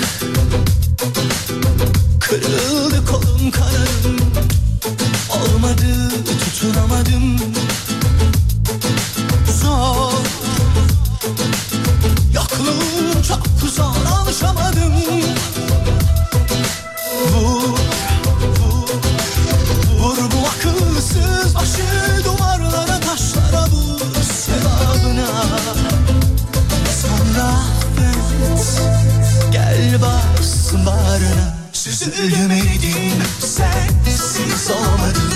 Kırıldı kolum kanarım, olmadı tutunamadım. Zor, yokluğum çok zor, alışamadım. Vur, vur, vur bu akılsız başı duvarlara, taşlara vur sevabına. Sonra affet, gel bassın bağrına. Süzüldüm eridim, sensiz olamadım.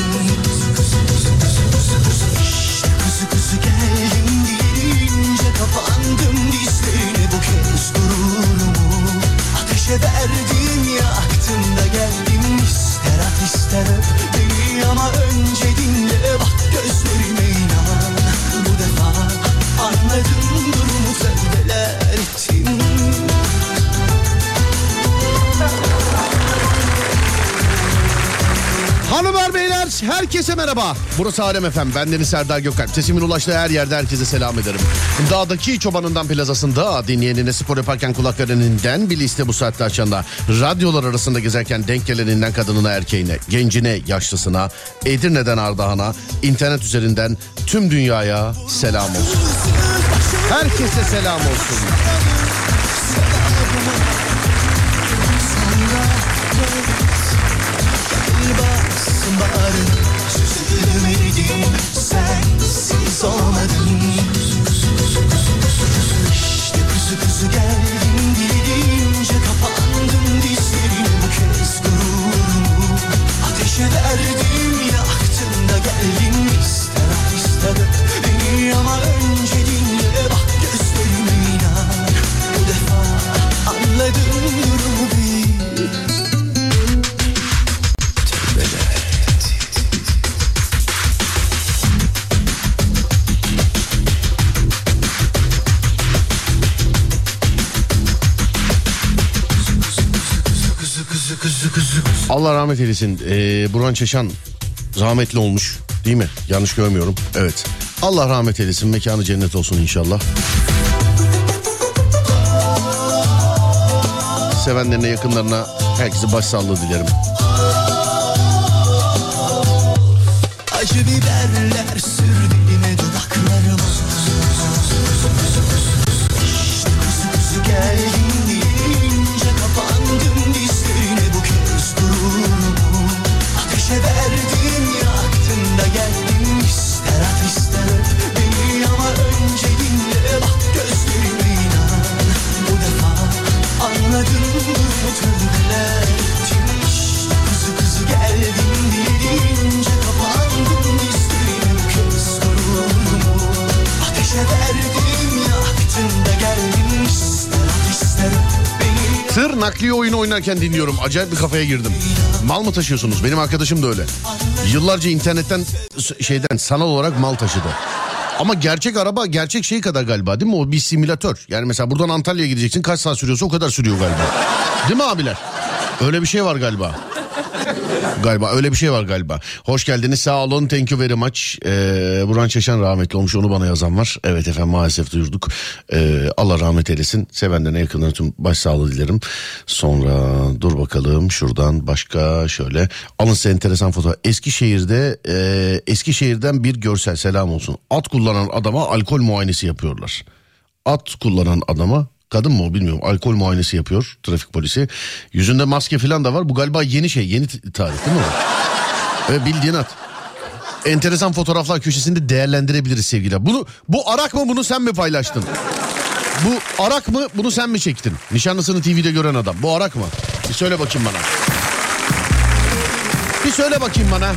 İşte kuzu kuzu geldim deyince kapandım dizlerine, bu kez gururumu ateşe verdim, yaktım da geldim. İster at ister öp beni ama önce dinle, bak gözlerime inan. Bu defa anladım durumu, tövbeler ettim. Hanımlar beyler herkese merhaba. Burası Alem FM. Bendeniz Serdar Gökalp. Sesimin ulaştığı her yerde herkese selam ederim. Dağdaki çobanından plazasında, dinleyenine spor yaparken kulaklarından bir liste bu saatte açanda, radyolar arasında gezerken denk geleninden kadınına erkeğine, gencine yaşlısına, Edirne'den Ardahan'a, internet üzerinden tüm dünyaya selam olsun. Herkese selam olsun. Süzüldüm eridim, sensiz olmadım. İşte kuzu kuzu geldim dilince kapandım dizlerine, bu kez gururumu ateşe verdim, yaktım da geldim. İster at ister öp beni ama önce dinle, bak gözlerime inan. Bu defa anladım durumu bil. Allah rahmet eylesin. Burhan Çeşan rahmetli olmuş değil mi? Yanlış görmüyorum. Evet. Allah rahmet eylesin. Mekanı cennet olsun inşallah. Sevenlerine, yakınlarına, herkese başsağlığı dilerim. Acı biberler sür dilime, dudaklarıma. İşte kuzu kuzu geldim deyince kapandım dizlerine, bu kez gururumu ateşe verdim, yaktım da geldim. İster at ister öp beni ama önce dinle, bak gözlerime inan. Bu defa anladım durumu, tövbeler ettim. İşte kuzu kuzu geldim deyince kapandım dizlerine, bu kez gururumu ateşe verdim, yaktım da geldim. İster at ister öp beni. Tır nakliye oyunu oynarken dinliyorum. Acayip bir kafaya girdim. Mal mı taşıyorsunuz? Benim arkadaşım da öyle. Yıllarca internetten sanal olarak mal taşıdı. Ama gerçek araba gerçek şey kadar galiba, değil mi? O bir simülatör. Yani mesela buradan Antalya'ya gideceksin, kaç saat sürüyorsa o kadar sürüyor galiba. Değil mi abiler? Öyle bir şey var galiba. Galiba öyle bir şey var galiba. Hoş geldiniz, sağ olun, thank you very much. Burhan Çeşan rahmetli olmuş, onu bana yazan var. Evet efendim, maalesef duyurduk. Allah rahmet eylesin. Sevenlerine, yakınlarına tüm başsağlığı dilerim. Sonra dur bakalım şuradan başka şöyle. Alın size enteresan fotoğraf. Eskişehir'den bir görsel, selam olsun. At kullanan adama alkol muayenesi yapıyorlar. At kullanan adama, kadın mı o bilmiyorum, alkol muayenesi yapıyor trafik polisi. Yüzünde maske falan da var. Bu galiba yeni tarih değil mi? Evet, bildiğin at. Enteresan fotoğraflar köşesinde değerlendirebiliriz sevgiler. Bu arak mı, bunu sen mi paylaştın? Bu arak mı, bunu sen mi çektin? Nişanlısını TV'de gören adam. Bu arak mı? Bir söyle bakayım bana. Bir söyle bakayım bana.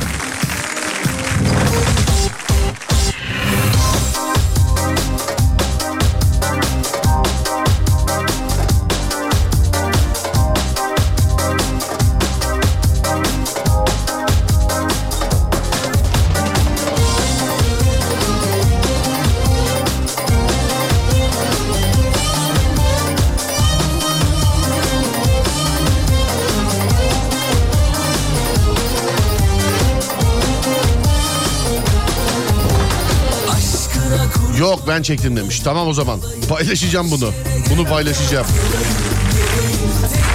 Yok, ben çektim demiş. Tamam o zaman. Paylaşacağım bunu. Bunu paylaşacağım.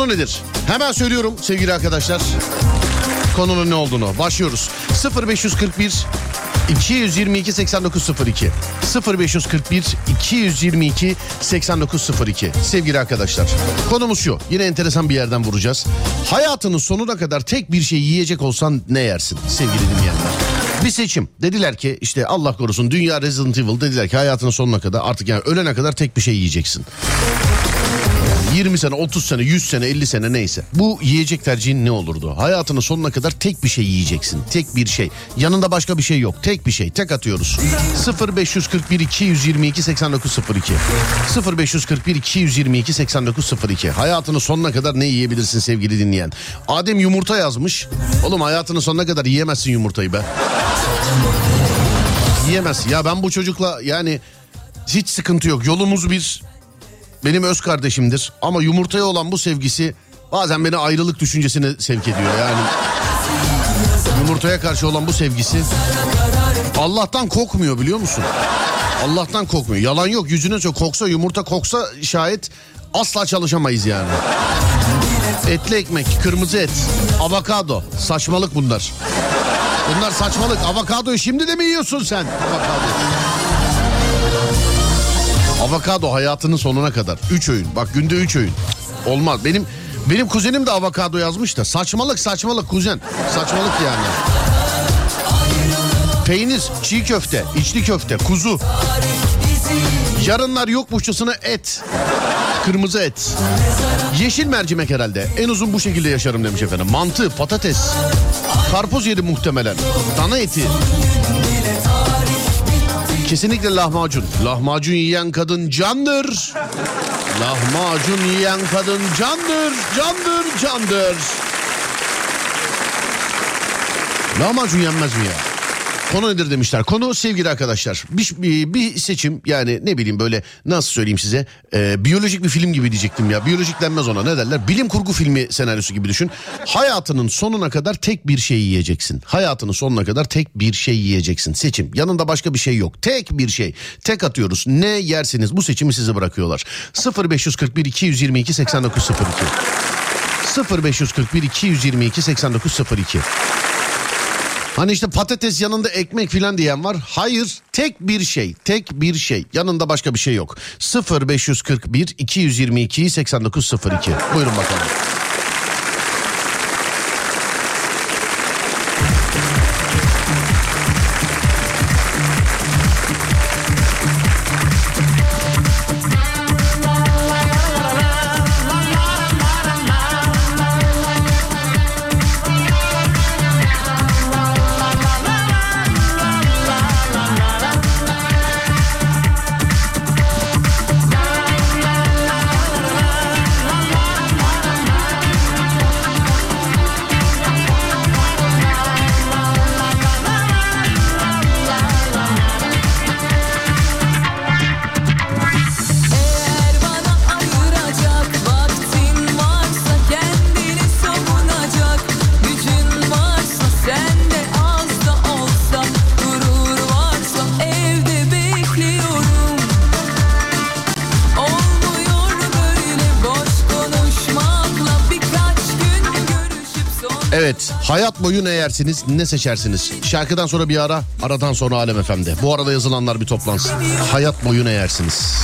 Konu nedir? Hemen söylüyorum sevgili arkadaşlar. Konunun ne olduğunu. Başlıyoruz. 0541 222 8902 0541 222 8902 sevgili arkadaşlar. Konumuz şu. Yine enteresan bir yerden vuracağız. Hayatının sonuna kadar tek bir şey yiyecek olsan ne yersin sevgili dinleyenler? Bir seçim. Dediler ki işte Allah korusun dünya Resident Evil, dediler ki hayatının sonuna kadar artık yani ölene kadar tek bir şey yiyeceksin. 20 sene, 30 sene, 100 sene, 50 sene neyse. Bu yiyecek tercihin ne olurdu? Hayatının sonuna kadar tek bir şey yiyeceksin. Tek bir şey. Yanında başka bir şey yok. Tek bir şey. Tek atıyoruz. 0541 222 8902 0541 222 8902 Hayatının sonuna kadar ne yiyebilirsin sevgili dinleyen? Adem yumurta yazmış. Oğlum hayatının sonuna kadar yiyemezsin yumurtayı be. Yiyemezsin. Ya ben bu çocukla yani hiç sıkıntı yok. Yolumuz bir. Benim öz kardeşimdir ama yumurtaya olan bu sevgisi bazen beni ayrılık düşüncesine sevk ediyor yani. Yumurtaya karşı olan bu sevgisi Allah'tan kokmuyor biliyor musun? Allah'tan kokmuyor. Yalan yok, yüzüne çok koksa, yumurta koksa şayet asla çalışamayız yani. Etli ekmek, kırmızı et, avokado, saçmalık bunlar. Bunlar saçmalık. Avokadoyu şimdi de mi yiyorsun sen? Avokado hayatının sonuna kadar. 3 öğün. Bak günde 3 öğün. Olmaz. Benim kuzenim de avokado yazmış da. Saçmalık kuzen. Saçmalık yani. Peynir, çiğ köfte, içli köfte, kuzu. Yarınlar yokmuşçasına et. Kırmızı et. Yeşil mercimek herhalde. En uzun bu şekilde yaşarım demiş efendim. Mantı, patates. Karpuz yedi muhtemelen. Dana eti. Kesinlikle lahmacun. Lahmacun yiyen kadın candır. Lahmacun yiyen kadın candır. Candır. Lahmacun yenmez mi ya? Konu nedir demişler. Konu sevgili arkadaşlar. Bir seçim yani ne bileyim böyle nasıl söyleyeyim size. Biyolojik bir film gibi diyecektim ya. Biyolojik denmez ona, ne derler? Bilim kurgu filmi senaryosu gibi düşün. Hayatının sonuna kadar tek bir şey yiyeceksin. Hayatının sonuna kadar tek bir şey yiyeceksin. Seçim. Yanında başka bir şey yok. Tek bir şey. Tek atıyoruz. Ne yersiniz? Bu seçimi size bırakıyorlar. 0541 222 8902 0541 222 8902 Hani işte patates yanında ekmek filan diyen var. Hayır, tek bir şey. Yanında başka bir şey yok. 0541 222 8902 Buyurun bakalım. Evet, hayat boyu ne yersiniz, ne seçersiniz? Şarkıdan sonra bir ara, aradan sonra Alem FM'de. Bu arada yazılanlar bir toplansın. Hayat boyu ne yersiniz?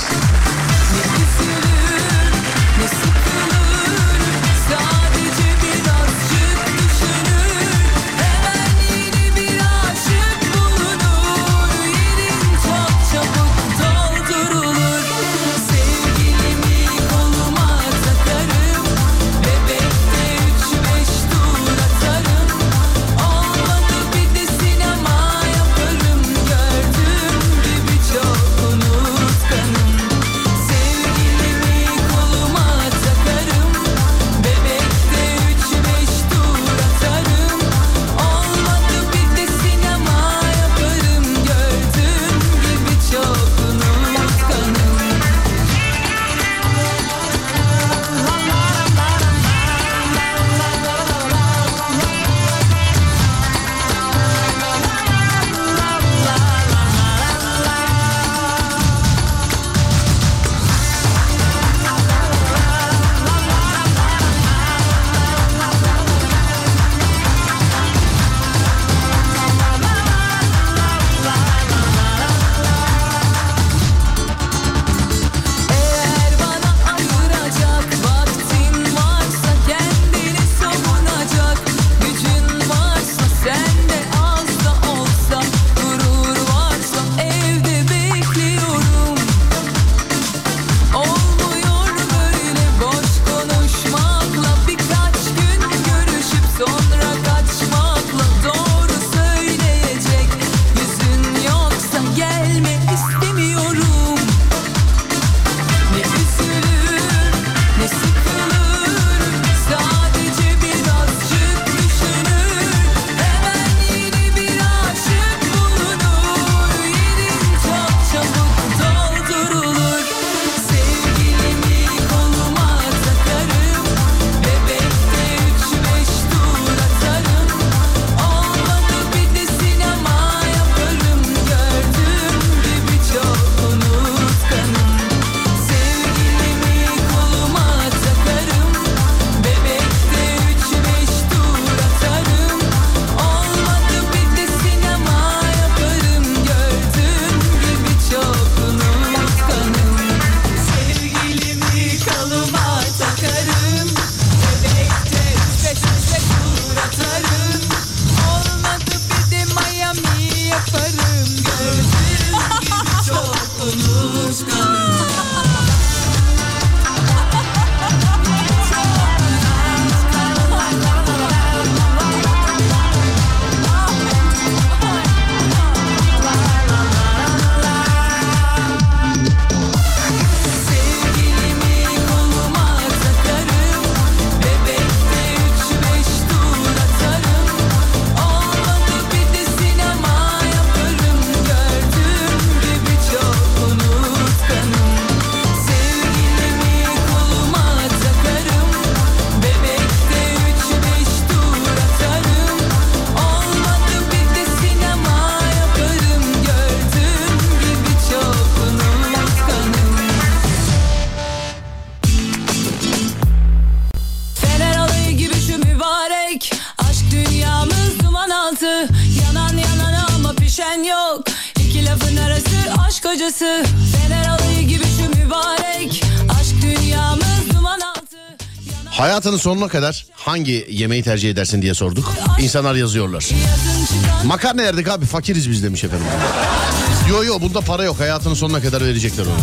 acısı. Fener alayı gibi şu mübarek. Aşk dünyamız duman altı. Hayatının sonuna kadar hangi yemeği tercih edersin diye sorduk. İnsanlar yazıyorlar. Makarna yerdik abi, fakiriz biz demiş efendim. Yo bunda para yok, hayatının sonuna kadar verecekler onu.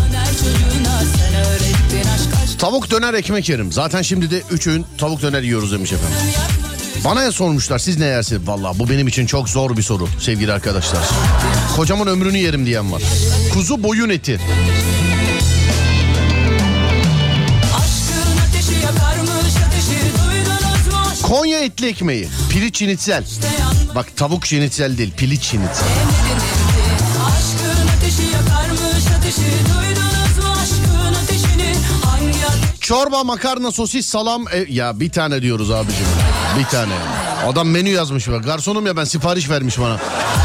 Tavuk döner ekmek yerim. Zaten şimdi de 3 öğün tavuk döner yiyoruz demiş efendim. Bana ya sormuşlar, siz ne yersiniz? Vallahi bu benim için çok zor bir soru sevgili arkadaşlar. Kocamın ömrünü yerim diyen var. Kuzu boyun eti. Konya etli ekmeği. Piliç şinitsel. Bak tavuk şinitsel değil, piliç şinitsel. Çorba, makarna, sosis, salam. Ya bir tane diyoruz abicim. Bir tane. Adam menü yazmış bak. Garsonum ya ben, sipariş vermiş bana.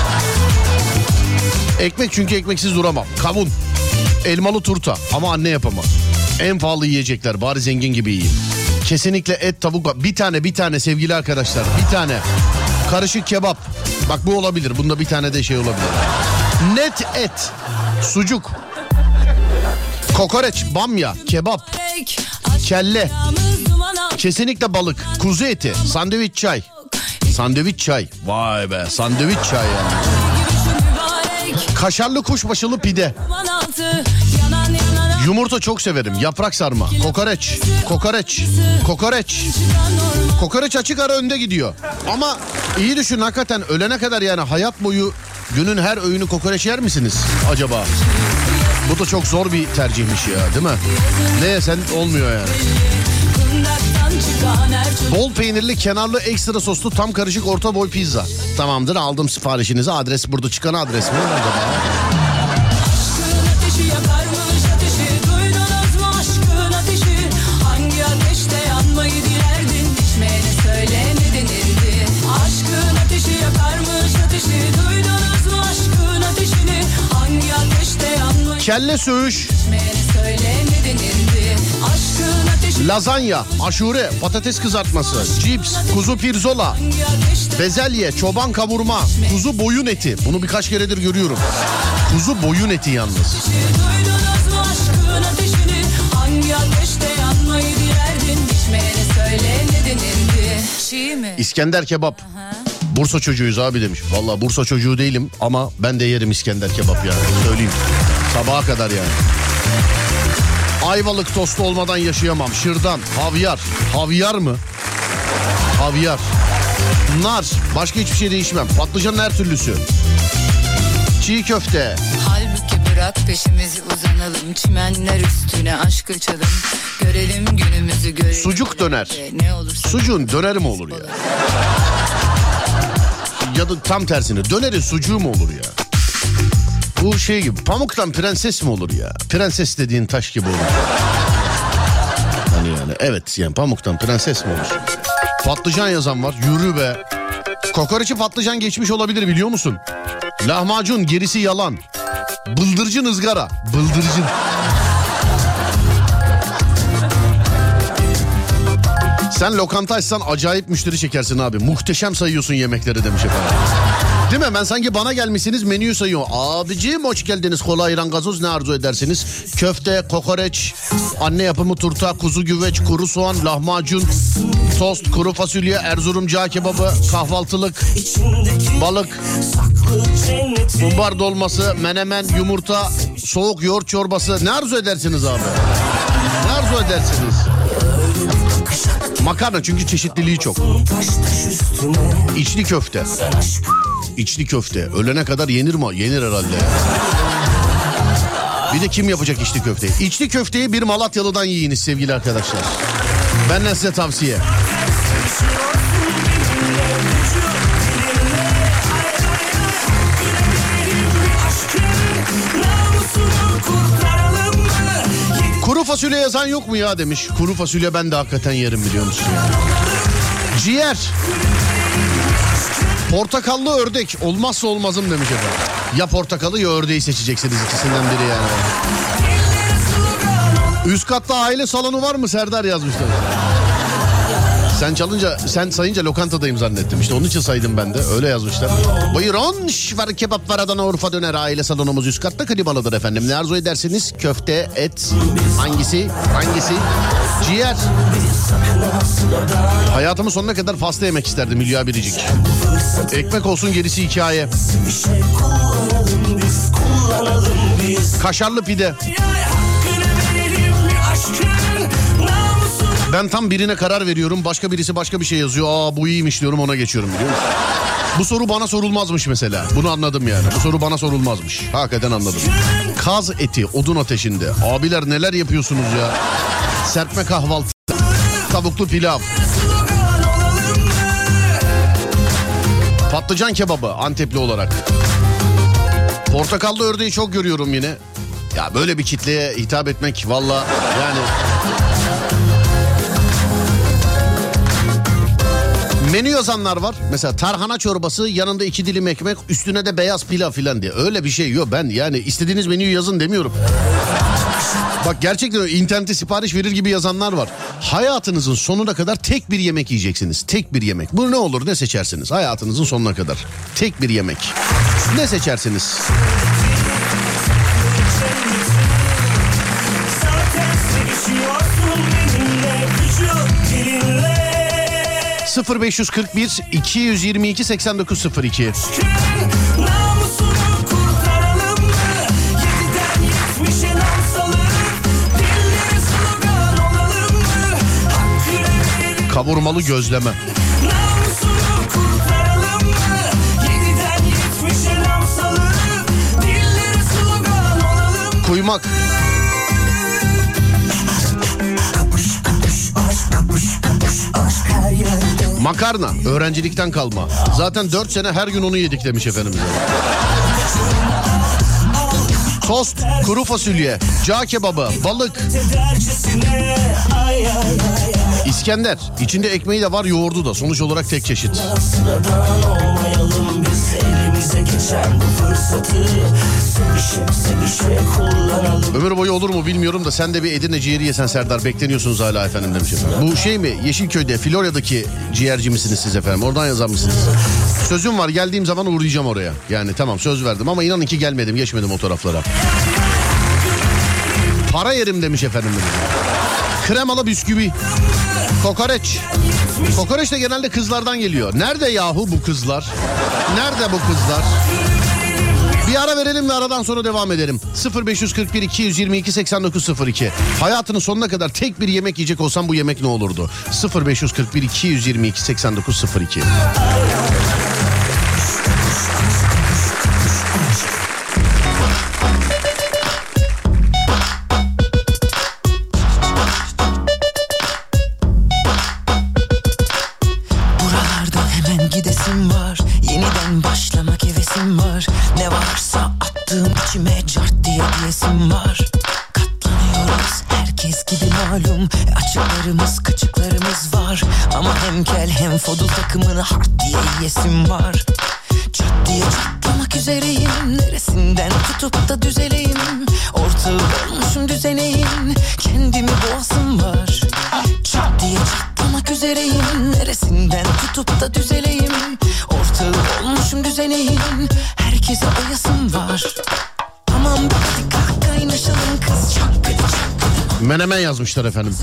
Ekmek, çünkü ekmeksiz duramam. Kavun. Elmalı turta ama anne yapamaz. En pahalı yiyecekler, bari zengin gibi yiyeyim. Kesinlikle et, tavuk. Bir tane sevgili arkadaşlar. Bir tane. Karışık kebap. Bak bu olabilir. Bunda bir tane de şey olabilir. Net et. Sucuk. Kokoreç, bamya, kebap, kelle. Kesinlikle balık, kuzu eti, sandviç çay. Sandviç çay. Vay be, sandviç çay yani. Kaşarlı kuşbaşılı pide. Yumurta çok severim. Yaprak sarma. Kokoreç. Kokoreç açık ara önde gidiyor. Ama iyi düşün hakikaten, ölene kadar yani hayat boyu günün her öğünü kokoreç yer misiniz acaba? Bu da çok zor bir tercihmiş ya, değil mi? Ne yesen olmuyor yani. Bol peynirli, kenarlı, ekstra soslu, tam karışık orta boy pizza. Tamamdır, aldım siparişinizi. Adres burada çıkan adres mi acaba? Kelle söğüş, lazanya, aşure, patates kızartması, cips, kuzu pirzola, bezelye, çoban kavurma, kuzu boyun eti. Bunu birkaç keredir görüyorum. Kuzu boyun eti yalnız. İskender kebap. Bursa çocuğuyuz abi demiş. Vallahi Bursa çocuğu değilim ama ben de yerim İskender kebap yani. Söyleyeyim. Sabaha kadar yani. Ayvalık tostu olmadan yaşayamam. Şırdan, havyar. Havyar mı? Havyar. Nar. Başka hiçbir şey değişmem. Patlıcanın her türlüsü. Çiğ köfte. Halbuki bırak peşimizi uzanalım. Çimenler üstüne aşk açalım. Görelim günümüzü görelim. Sucuk döner. Ne olursa. Sucuğun döneri mi olur ya? Ya da tam tersine, dönerin sucuğu mu olur ya? Bu şey gibi, pamuktan prenses mi olur ya? Prenses dediğin taş gibi olur. Hani yani evet yani pamuktan prenses mi olur? Patlıcan yazan var, yürü be. Kokoreçi patlıcan geçmiş olabilir, biliyor musun? Lahmacun, gerisi yalan. Bıldırcın ızgara. Bıldırcın. Sen lokanta açsan acayip müşteri çekersin abi. Muhteşem sayıyorsun yemekleri demiş efendim. Değil mi? Ben sanki bana gelmişsiniz menüyü sayıyorum. Abiciğim hoş geldiniz. Kola, ayran, gazoz ne arzu edersiniz? Köfte, kokoreç, anne yapımı turta, kuzu güveç, kuru soğan, lahmacun, tost, kuru fasulye, Erzurum cağ kebabı, kahvaltılık, balık, mumbar dolması, menemen, yumurta, soğuk yoğurt çorbası. Ne arzu edersiniz abi? Ne arzu edersiniz? Makarna çünkü çeşitliliği çok. İçli köfte. İçli köfte. Ölene kadar yenir mi? Yenir herhalde. Bir de kim yapacak içli köfteyi? İçli köfteyi bir Malatyalı'dan yiyiniz sevgili arkadaşlar. Benden size tavsiye. Kuru fasulye yazan yok mu ya demiş. Kuru fasulye ben de hakikaten yerim, biliyor musun? Ciğer. Portakallı ördek olmazsa olmazım demiş efendim. Ya portakalı ya ördeği seçeceksiniz, ikisinden biri yani. Üst katta aile salonu var mı Serdar yazmışlar. Sen sayınca lokantadayım zannettim. İşte onun için saydım ben de. Öyle yazmışlar. Buyurun. Şvar kebap var, Adana Urfa döner. Aile salonumuz üst katta, klimalıdır efendim. Ne arzu edersiniz? Köfte, et. Hangisi? Ciğer. Hayatımın sonuna kadar pasta yemek isterdim Hülya Biricik. Ekmek olsun, gerisi hikaye. Kaşarlı pide. Ben tam birine karar veriyorum. Başka birisi başka bir şey yazıyor. Aa bu iyiymiş diyorum, ona geçiyorum biliyor musun? Bu soru bana sorulmazmış mesela. Bunu anladım yani. Bu soru bana sorulmazmış. Hakikaten anladım. Kaz eti odun ateşinde. Abiler neler yapıyorsunuz ya? Serpme kahvaltı. Tavuklu pilav. Patlıcan kebabı Antepli olarak. Portakallı ördeği çok görüyorum yine. Ya böyle bir kitleye hitap etmek valla yani... Menü yazanlar var. Mesela tarhana çorbası, yanında 2 dilim ekmek, üstüne de beyaz pilav filan diye. Öyle bir şey yok. Ben yani istediğiniz menüyü yazın demiyorum. Bak gerçekten internete sipariş verir gibi yazanlar var. Hayatınızın sonuna kadar tek bir yemek yiyeceksiniz. Tek bir yemek. Bu ne olur, ne seçersiniz? Hayatınızın sonuna kadar. Tek bir yemek. Ne seçersiniz? 0541 222 8902. Kavurmalı gözleme. Kuymak. Makarna, öğrencilikten kalma. Zaten 4 sene her gün onu yedik demiş efendim. Tost, kuru fasulye, cağ kebabı, balık. İskender, içinde ekmeği de var, yoğurdu da. Sonuç olarak tek çeşit. Ömür boyu olur mu bilmiyorum da sen de bir Edirne ciğeri yesen Serdar, bekleniyorsunuz hala efendim demiş efendim. Bu şey mi, Yeşilköy'de, Florya'daki ciğerci misiniz siz efendim? Oradan yazar mısınız? Sözüm var, geldiğim zaman uğrayacağım oraya. Yani tamam, söz verdim ama inanın ki gelmedim, geçmedim o taraflara. Para yerim demiş efendim. Kremalı bisküvi. Kokoreç. Kokoreç de genelde kızlardan geliyor. Nerede yahu bu kızlar? Nerede bu kızlar? Bir ara verelim ve aradan sonra devam edelim. 0541 222 8902. Hayatının sonuna kadar tek bir yemek yiyecek olsam bu yemek ne olurdu? 0541 222 8902. İçime cart diye diyesim var. Katlanıyoruz herkes gibi malum. Açıklarımız kaçıklarımız var. Ama hem kel hem fodul takımını hard diye yiyesim var. Çat diye çatlamak üzereyim. Neresinden tutup da düzeleyim. Ortağı olmuşum düzeneyim. Kendimi boğasım var. Çat diye çatlamak üzereyim. Neresinden tutup da düzeleyim. Ortağı olmuşum düzeneyim. Herkese oyasım var. Tamam hadi kalk kaynaşalım kız. Menemen yazmışlar efendim.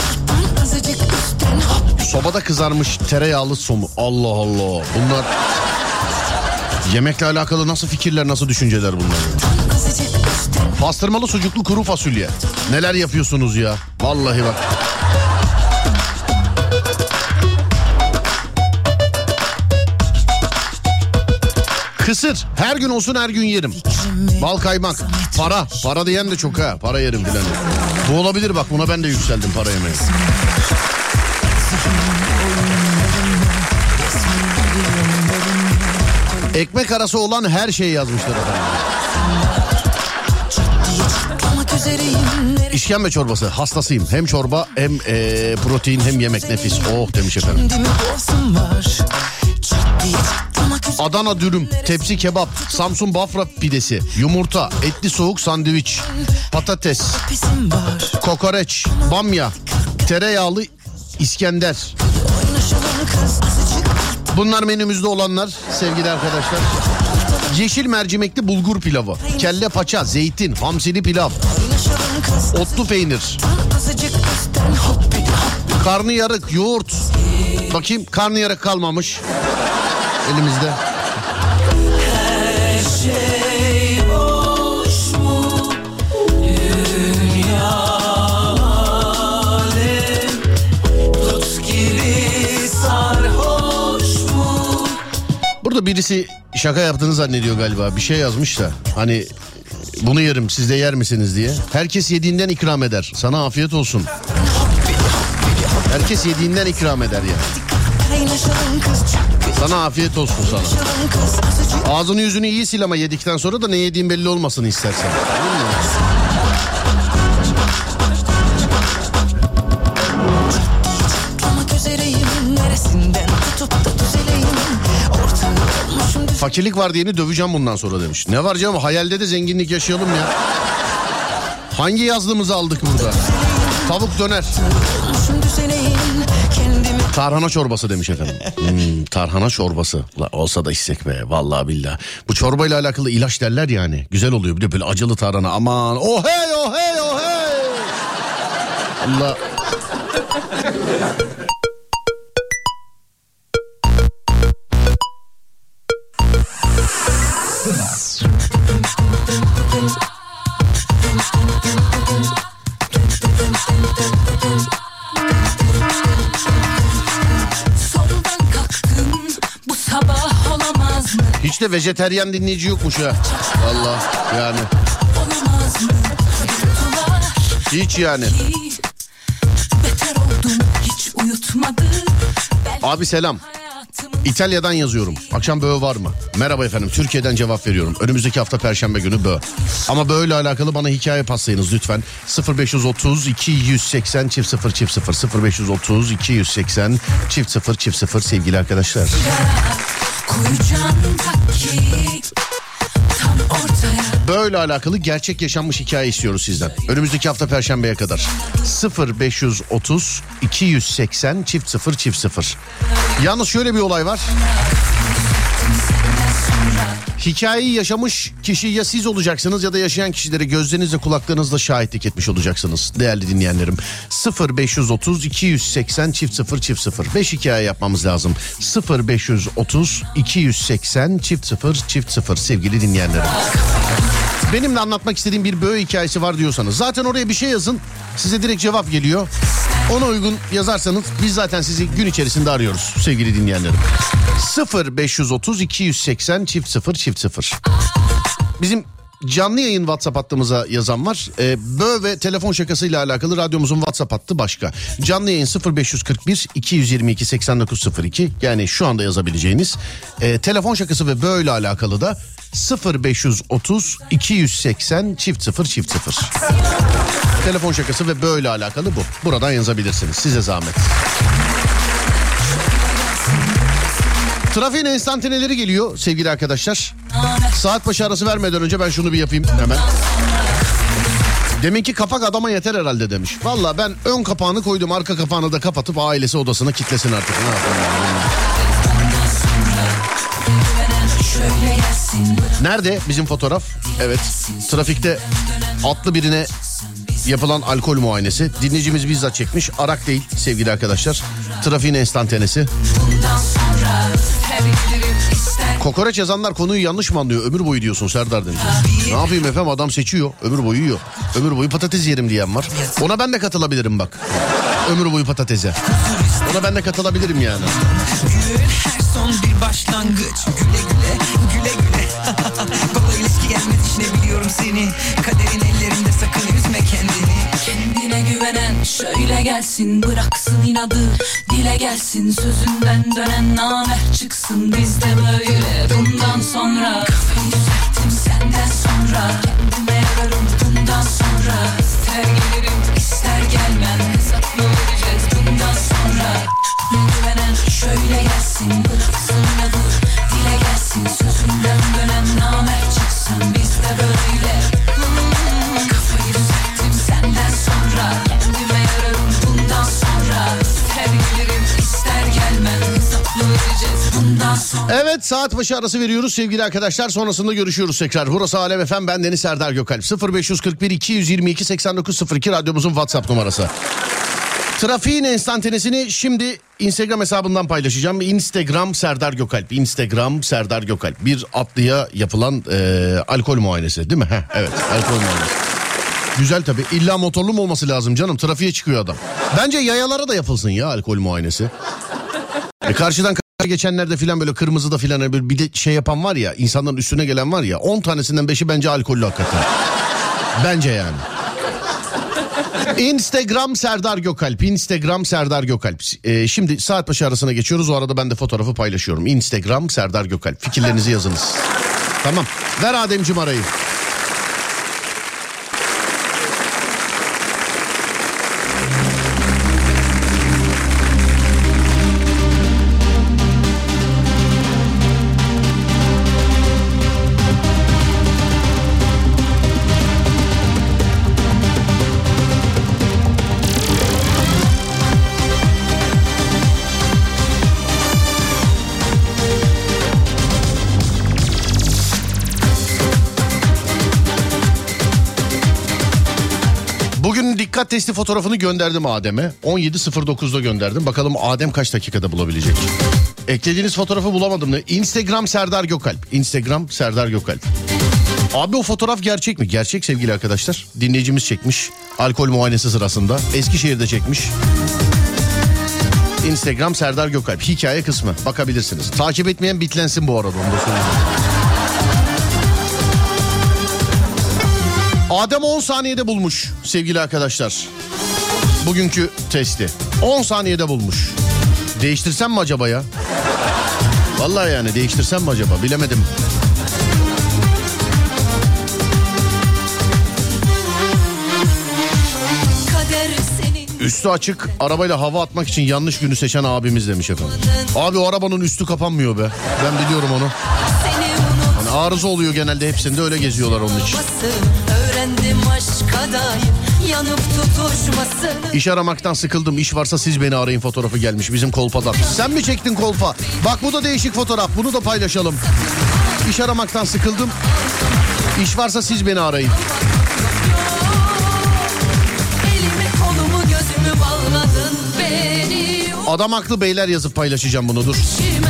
Sobada kızarmış tereyağlı somu. Allah Allah. Bunlar yemekle alakalı nasıl fikirler, nasıl düşünceler bunlar? Pastırmalı sucuklu kuru fasulye. Neler yapıyorsunuz ya? Vallahi bak. Kısır. Her gün olsun her gün yerim. Bal kaymak. Para. Para diyen de çok ha. Para yerim filan. Bu olabilir bak, buna ben de yükseldim para yemeye. Ekmek arası olan her şeyi yazmışlar efendim. İşkembe çorbası hastasıyım. Hem çorba hem protein hem yemek nefis. Oh demiş efendim. Adana dürüm, tepsi kebap, Samsun Bafra pidesi, yumurta, etli soğuk sandviç, patates, kokoreç, bamya, tereyağlı İskender. Bunlar menümüzde olanlar sevgili arkadaşlar. Yeşil mercimekli bulgur pilavı, kelle paça, zeytin, hamsili pilav, otlu peynir, karnıyarık, yoğurt. Bakayım, karnıyarık kalmamış elimizde. Her şey boş mu? Dünya alem tut gibi sarhoş mu? Burada birisi şaka yaptığını zannediyor galiba. Bir şey yazmış da hani bunu yerim siz de yer misiniz diye. Herkes yediğinden ikram eder. Sana afiyet olsun. Herkes yediğinden ikram eder ya. Sana afiyet olsun sana. Ağzını yüzünü iyi sil ama yedikten sonra da ne yediğin belli olmasını istersen. Fakirlik var diyeni döveceğim bundan sonra demiş. Ne var canım, hayalde de zenginlik yaşayalım ya. Hangi yazlığımızı aldık burada? Tavuk döner. Tarhana çorbası demiş efendim. Tarhana çorbası. Olsa da içsek be, vallahi billahi. Bu çorbayla alakalı ilaç derler yani. Güzel oluyor bir de böyle acılı tarhana. Aman oh hey oh hey oh hey. Allah. Hiç de vejeteryan dinleyici yokmuş ha. Vallahi yani. Hiç yani. Abi selam. İtalya'dan yazıyorum. Akşam böğü var mı? Merhaba efendim. Türkiye'den cevap veriyorum. Önümüzdeki hafta Perşembe günü böğü. Ama böğüyle alakalı bana hikaye paslayınız lütfen. 0530 280 0 0 0530 280 0 sevgili arkadaşlar. Böyle alakalı gerçek yaşanmış hikaye istiyoruz sizden. Önümüzdeki hafta Perşembe'ye kadar. 0530 280 0 Yalnız şöyle bir olay var. Hikayeyi yaşamış kişi ya siz olacaksınız ya da yaşayan kişileri gözlerinizle kulaklarınızla şahitlik etmiş olacaksınız değerli dinleyenlerim. 0530 280 0 5 hikaye yapmamız lazım. 0530 280 0 sevgili dinleyenlerim. Benim de anlatmak istediğim bir böğü hikayesi var diyorsanız zaten oraya bir şey yazın, size direkt cevap geliyor. Ona uygun yazarsanız biz zaten sizi gün içerisinde arıyoruz sevgili dinleyenlerim. 0530 280 0 Bizim canlı yayın WhatsApp hattımıza yazan var. Böğ ve telefon şakasıyla alakalı radyomuzun WhatsApp hattı başka. Canlı yayın 0541 222 8902 yani şu anda yazabileceğiniz. Telefon şakası ve böğ ile alakalı da 0530 280 0 Telefon şakası ve böyle alakalı bu. Buradan yazabilirsiniz. Size zahmet. Trafiğin enstantaneleri geliyor sevgili arkadaşlar. Saat başı arası vermeden önce ben şunu bir yapayım hemen. Deminki kapak adama yeter herhalde demiş. Valla ben ön kapağını koydum, arka kapağını da kapatıp ailesi odasına kilitlesin artık. Ne yapalım? Nerede bizim fotoğraf? Evet, trafikte atlı birine yapılan alkol muayenesi. Dinleyicimiz bizzat çekmiş. Arak değil sevgili arkadaşlar. Trafiğin enstantanesi. Kokoreç yazanlar konuyu yanlış mı anlıyor? Ömür boyu diyorsun Serdar demiş. Ne yapayım efendim, adam seçiyor. Ömür boyu yiyor. Ömür boyu patates yerim diyen var. Ona ben de katılabilirim bak. Ömür boyu patatese. Ona ben de katılabilirim yani. Her son bir başlangıç. Güle güle, güle güle. Kolay ilişki gelmez işine biliyorum seni. Kaderin ellerinde sakın üzme kendini. Kendine güvenen şöyle gelsin, bıraksın inadı, dile gelsin, sözünden dönen namert çıksın. Biz de böyle bundan sonra. Kafayı düzelttim senden sonra. Kendime yararım bundan sonra. İster gelirim ister gelmem, hesap mı vereceğiz bundan sonra. Güvenen şöyle gelsin, bıraksın inadı, dile gelsin, sözünden dönen namert çıksın. Biz de böyle. Kafayı düzelttim senden sonra. Kendime yararım bundan sonra. İster gelirim ister gelmem. bundan sonra. Evet, saat başı arası veriyoruz sevgili arkadaşlar. Sonrasında görüşüyoruz tekrar. Burası Alem FM, ben Deniz Serdar Gökalp. 0541 222 8902 radyomuzun WhatsApp numarası. Trafiğin enstantanesini şimdi Instagram hesabından paylaşacağım. Instagram Serdar Gökalp. Instagram Serdar Gökalp. Bir atlıya yapılan alkol muayenesi değil mi? Heh, evet, alkol muayenesi. Güzel tabii. İlla motorlu mu olması lazım canım? Trafiğe çıkıyor adam. Bence yayalara da yapılsın ya alkol muayenesi. Karşıdan geçenlerde filan böyle kırmızıda filan bir de şey yapan var ya, insanların üstüne gelen var ya, 10 tanesinden 5'i bence alkollü hakikaten. Bence yani. Instagram Serdar Gökalp. Instagram Serdar Gökalp. Şimdi saat başı arasına geçiyoruz. O arada ben de fotoğrafı paylaşıyorum. Instagram Serdar Gökalp. Fikirlerinizi yazınız. Tamam. Ver Ademciğim arayı. Dikkat testi fotoğrafını gönderdim Adem'e. 17.09'da gönderdim. Bakalım Adem kaç dakikada bulabilecek. Eklediğiniz fotoğrafı bulamadım. Instagram Serdar Gökalp. Instagram Serdar Gökalp. Abi o fotoğraf gerçek mi? Gerçek sevgili arkadaşlar. Dinleyicimiz çekmiş. Alkol muayenesi sırasında. Eskişehir'de çekmiş. Instagram Serdar Gökalp. Hikaye kısmı. Bakabilirsiniz. Takip etmeyen bitlensin bu arada. Onu da söyleyeyim. Adem 10 saniyede bulmuş sevgili arkadaşlar. Bugünkü testi. 10 saniyede bulmuş. Değiştirsem mi acaba ya? Vallahi yani değiştirsem mi acaba? Bilemedim. Üstü açık arabayla hava atmak için yanlış günü seçen abimiz demiş efendim. Abi o arabanın üstü kapanmıyor be. Ben biliyorum onu. Hani arıza oluyor genelde, hepsinde öyle geziyorlar onun için. İş aramaktan sıkıldım, iş varsa siz beni arayın fotoğrafı gelmiş bizim kolpadan. Sen mi çektin kolpa? Bak bu da değişik fotoğraf, bunu da paylaşalım. İş aramaktan sıkıldım, iş varsa siz beni arayın. Adam haklı beyler yazıp paylaşacağım bunu, dur.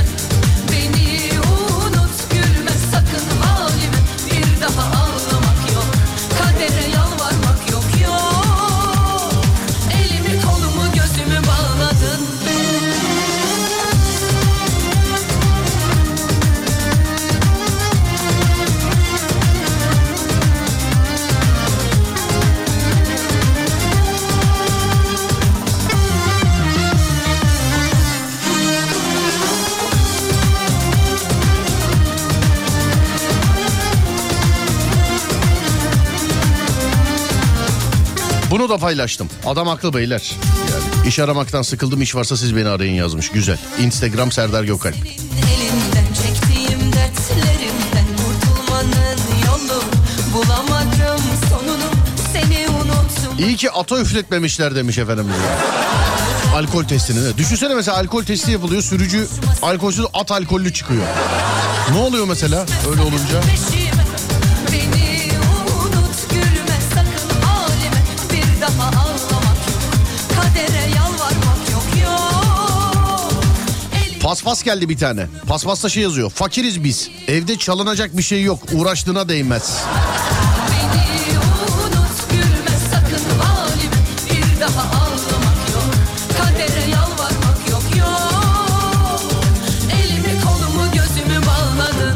Bunu da paylaştım. Adam haklı beyler. Yani iş aramaktan sıkıldım, iş varsa siz beni arayın yazmış. Güzel. Instagram Serdar Gökalp. Elinden çektiğim dertlerimden kurtulmanın yolu bulamadım sonunu, seni unuttum. İyi ki ata üfletmemişler demiş efendim. Alkol testini. Düşünsene mesela alkol testi yapılıyor. Sürücü alkolsüz, at alkollü çıkıyor. Ne oluyor mesela öyle olunca? Paspas geldi bir tane. Paspasta şey yazıyor. Fakiriz biz. Evde çalınacak bir şey yok. Uğraştığına değmez. Beni unut, gülme sakın halime. Bir daha ağlamak yok. Kadere yalvarmak yok, yok. Elimi kolumu gözümü bağladın.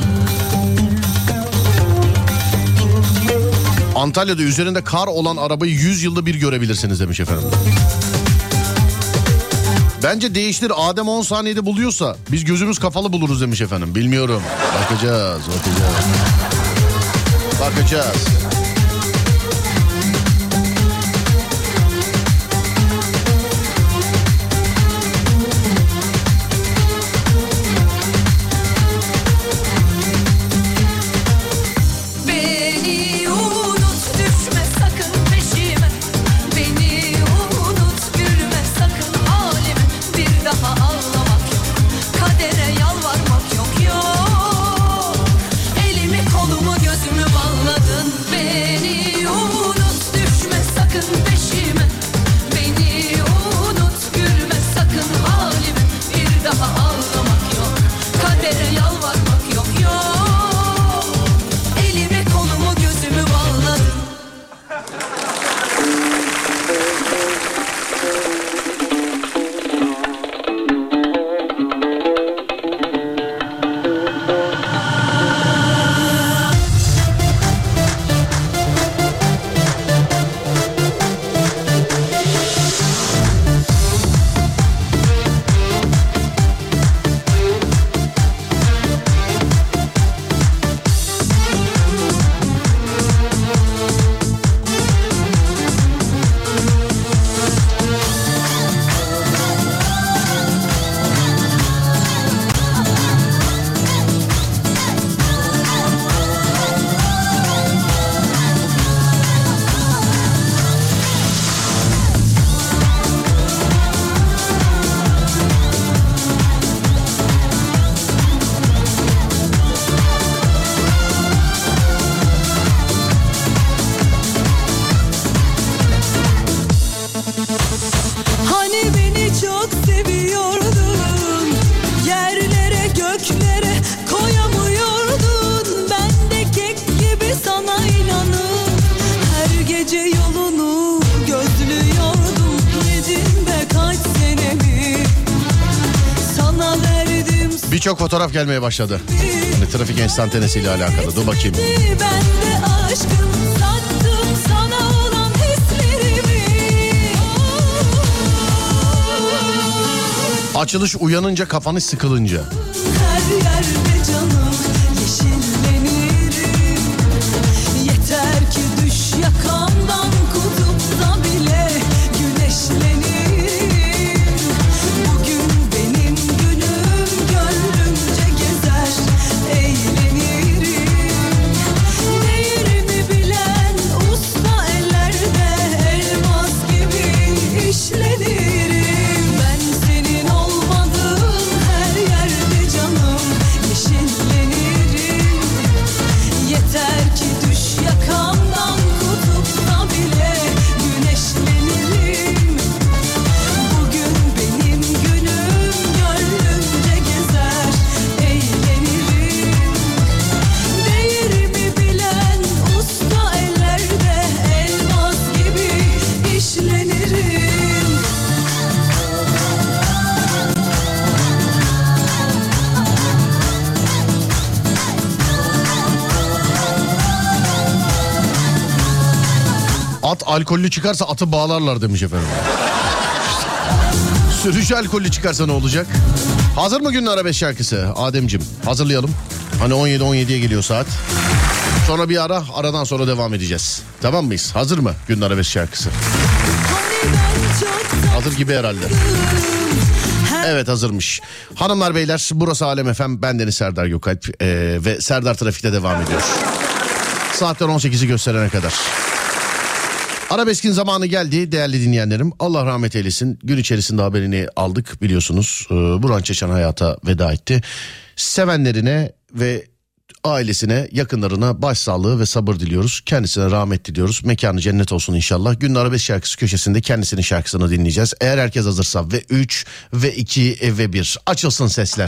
Antalya'da üzerinde kar olan arabayı 100 yılda bir görebilirsiniz demiş efendim. Bence değiştir, Adem 10 saniyede buluyorsa biz gözümüz kafalı buluruz demiş efendim. Bilmiyorum. Bakacağız. Beni unut, düşme sakın peşime. Beni unut, gülme sakın halime. Bir daha ağlamak yok, kadere yalvarmak yok. Birçok fotoğraf gelmeye başladı. Hani trafik enstantanesiyle alakalı. Dur bakayım. Ben de aşkım sattım sana olan hislerimi. Açılış uyanınca, kafanı sıkılınca. Her yerde canım yeşillenirim. Yeter ki düş yakamdan, kutupta bile güneşlenirim. Bugün benim günüm, gönlümce gezer eğlenirim. Değerimi bilen usta ellerde elmas gibi işlenirim. Ben senin olmadığın her yerde canım yeşillenirim. Yeter ki düş yakamdan, kutupta bile güneşlenirim. Bugün benim günüm, gönlümce gezer eğlenirim. Değerimi bilen usta ellerde elmas gibi işlenirim. At alkollü çıkarsa atı bağlarlar demiş efendim. Sürücü alkollü çıkarsa ne olacak? Hazır mı günün arabesk şarkısı Ademciğim? Hazırlayalım. Hani 17'ye geliyor saat. Sonra bir ara, aradan sonra devam edeceğiz. Tamam mıyız? Hazır mı günün arabesk şarkısı? Hani ben çok Hazır gibi herhalde. Evet, hazırmış. Hanımlar beyler, burası Alem FM. Bendeniz Serdar Gökalp ve Serdar Trafik'te devam ediyor. Saatler 18'i gösterene kadar. Arabesk'in zamanı geldi değerli dinleyenlerim. Allah rahmet eylesin. Gün içerisinde haberini aldık biliyorsunuz. Burhan Çeçen hayata veda etti. Sevenlerine ve ailesine, yakınlarına başsağlığı ve sabır diliyoruz. Kendisine rahmet diliyoruz. Mekanı cennet olsun inşallah. Günün arabesk şarkısı köşesinde kendisinin şarkısını dinleyeceğiz. Eğer herkes hazırsa ve 3 ve 2 ve 1 açılsın sesler.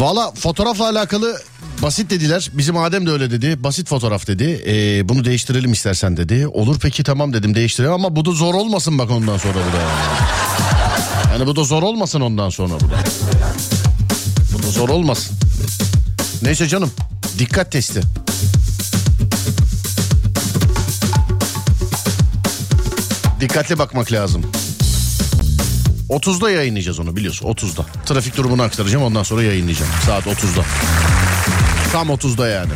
Valla fotoğrafla alakalı basit dediler. Bizim Adem de öyle dedi. Basit fotoğraf dedi. Bunu değiştirelim istersen dedi. Olur peki tamam dedim, değiştirelim ama bu da zor olmasın bak ondan sonra bu da. Yani bu da zor olmasın ondan sonra bu da. Bu da zor olmasın. Neyse canım, dikkat testi. Dikkatli bakmak lazım. 30'da yayınlayacağız onu, biliyorsun, 30'da. Trafik durumunu aktaracağım, ondan sonra yayınlayacağım. Saat 30'da. Tam 30'da yani.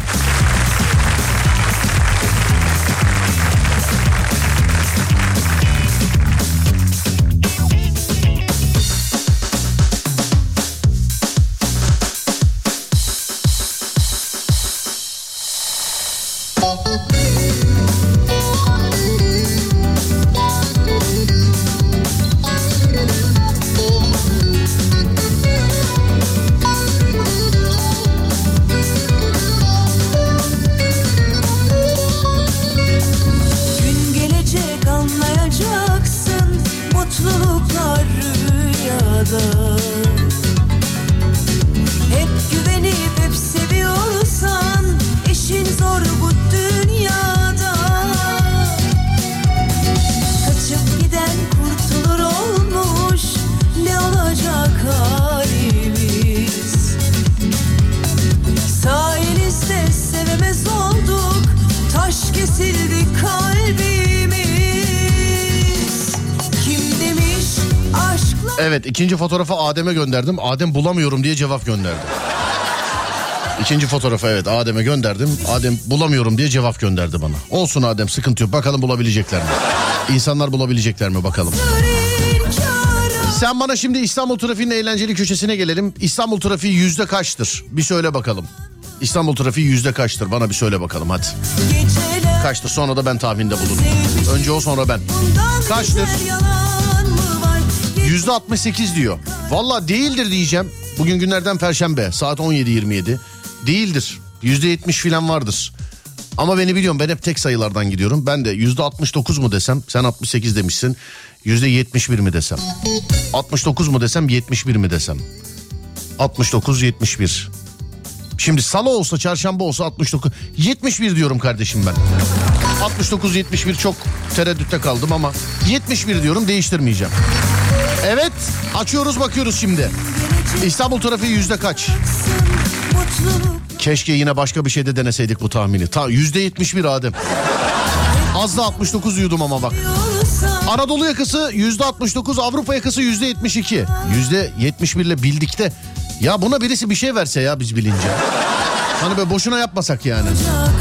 Evet, ikinci fotoğrafı Adem'e gönderdim. Adem bulamıyorum diye cevap gönderdi. İkinci fotoğrafı evet Adem'e gönderdim. Adem bulamıyorum diye cevap gönderdi bana. Olsun Adem, sıkıntı yok. Bakalım bulabilecekler mi? İnsanlar bulabilecekler mi bakalım. Sen bana şimdi İstanbul trafiğinin eğlenceli köşesine gelelim. İstanbul trafiği yüzde kaçtır? Bir söyle bakalım. İstanbul trafiği yüzde kaçtır? Bana bir söyle bakalım hadi. Kaçtır? Sonra da ben tahminde bulurum. Önce o, sonra ben. Kaçtır? %68 diyor. Valla değildir diyeceğim. Bugün günlerden Perşembe, saat 17.27. Değildir. %70 filan vardır. Ama beni biliyorum, ben hep tek sayılardan gidiyorum. Ben de %69 mu desem, sen 68 demişsin. %71 mi desem? 69 mu desem, 71 mi desem? 69-71. Şimdi salı olsa, çarşamba olsa 69. 71 diyorum kardeşim ben. 69-71 çok tereddütte kaldım ama 71 diyorum, değiştirmeyeceğim. Evet, açıyoruz bakıyoruz şimdi. İstanbul trafiği yüzde kaç? Keşke yine başka bir şeyde deneseydik bu tahmini. %71 Adem. Az da 69 yudum ama bak. Anadolu yakası %69, Avrupa yakası %72. %71 ile bildik de. Ya buna birisi bir şey verse ya biz bilince. Hani böyle boşuna yapmasak yani.